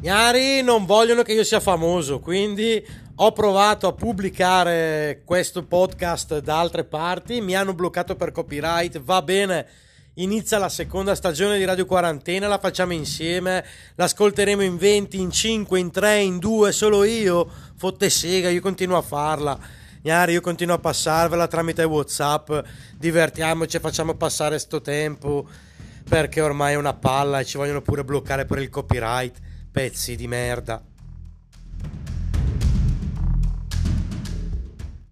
Gnari non vogliono che io sia famoso, quindi ho provato a pubblicare questo podcast da altre parti, mi hanno bloccato per copyright, va bene, inizia la seconda stagione di Radio Quarantena, la facciamo insieme, l'ascolteremo in 20, in 5, in 3, in 2, solo io, fotte sega, io continuo a farla. Gnari, io continuo a passarvela tramite WhatsApp, divertiamoci, facciamo passare sto tempo, perché ormai è una palla e ci vogliono pure bloccare per il copyright. Pezzi di merda.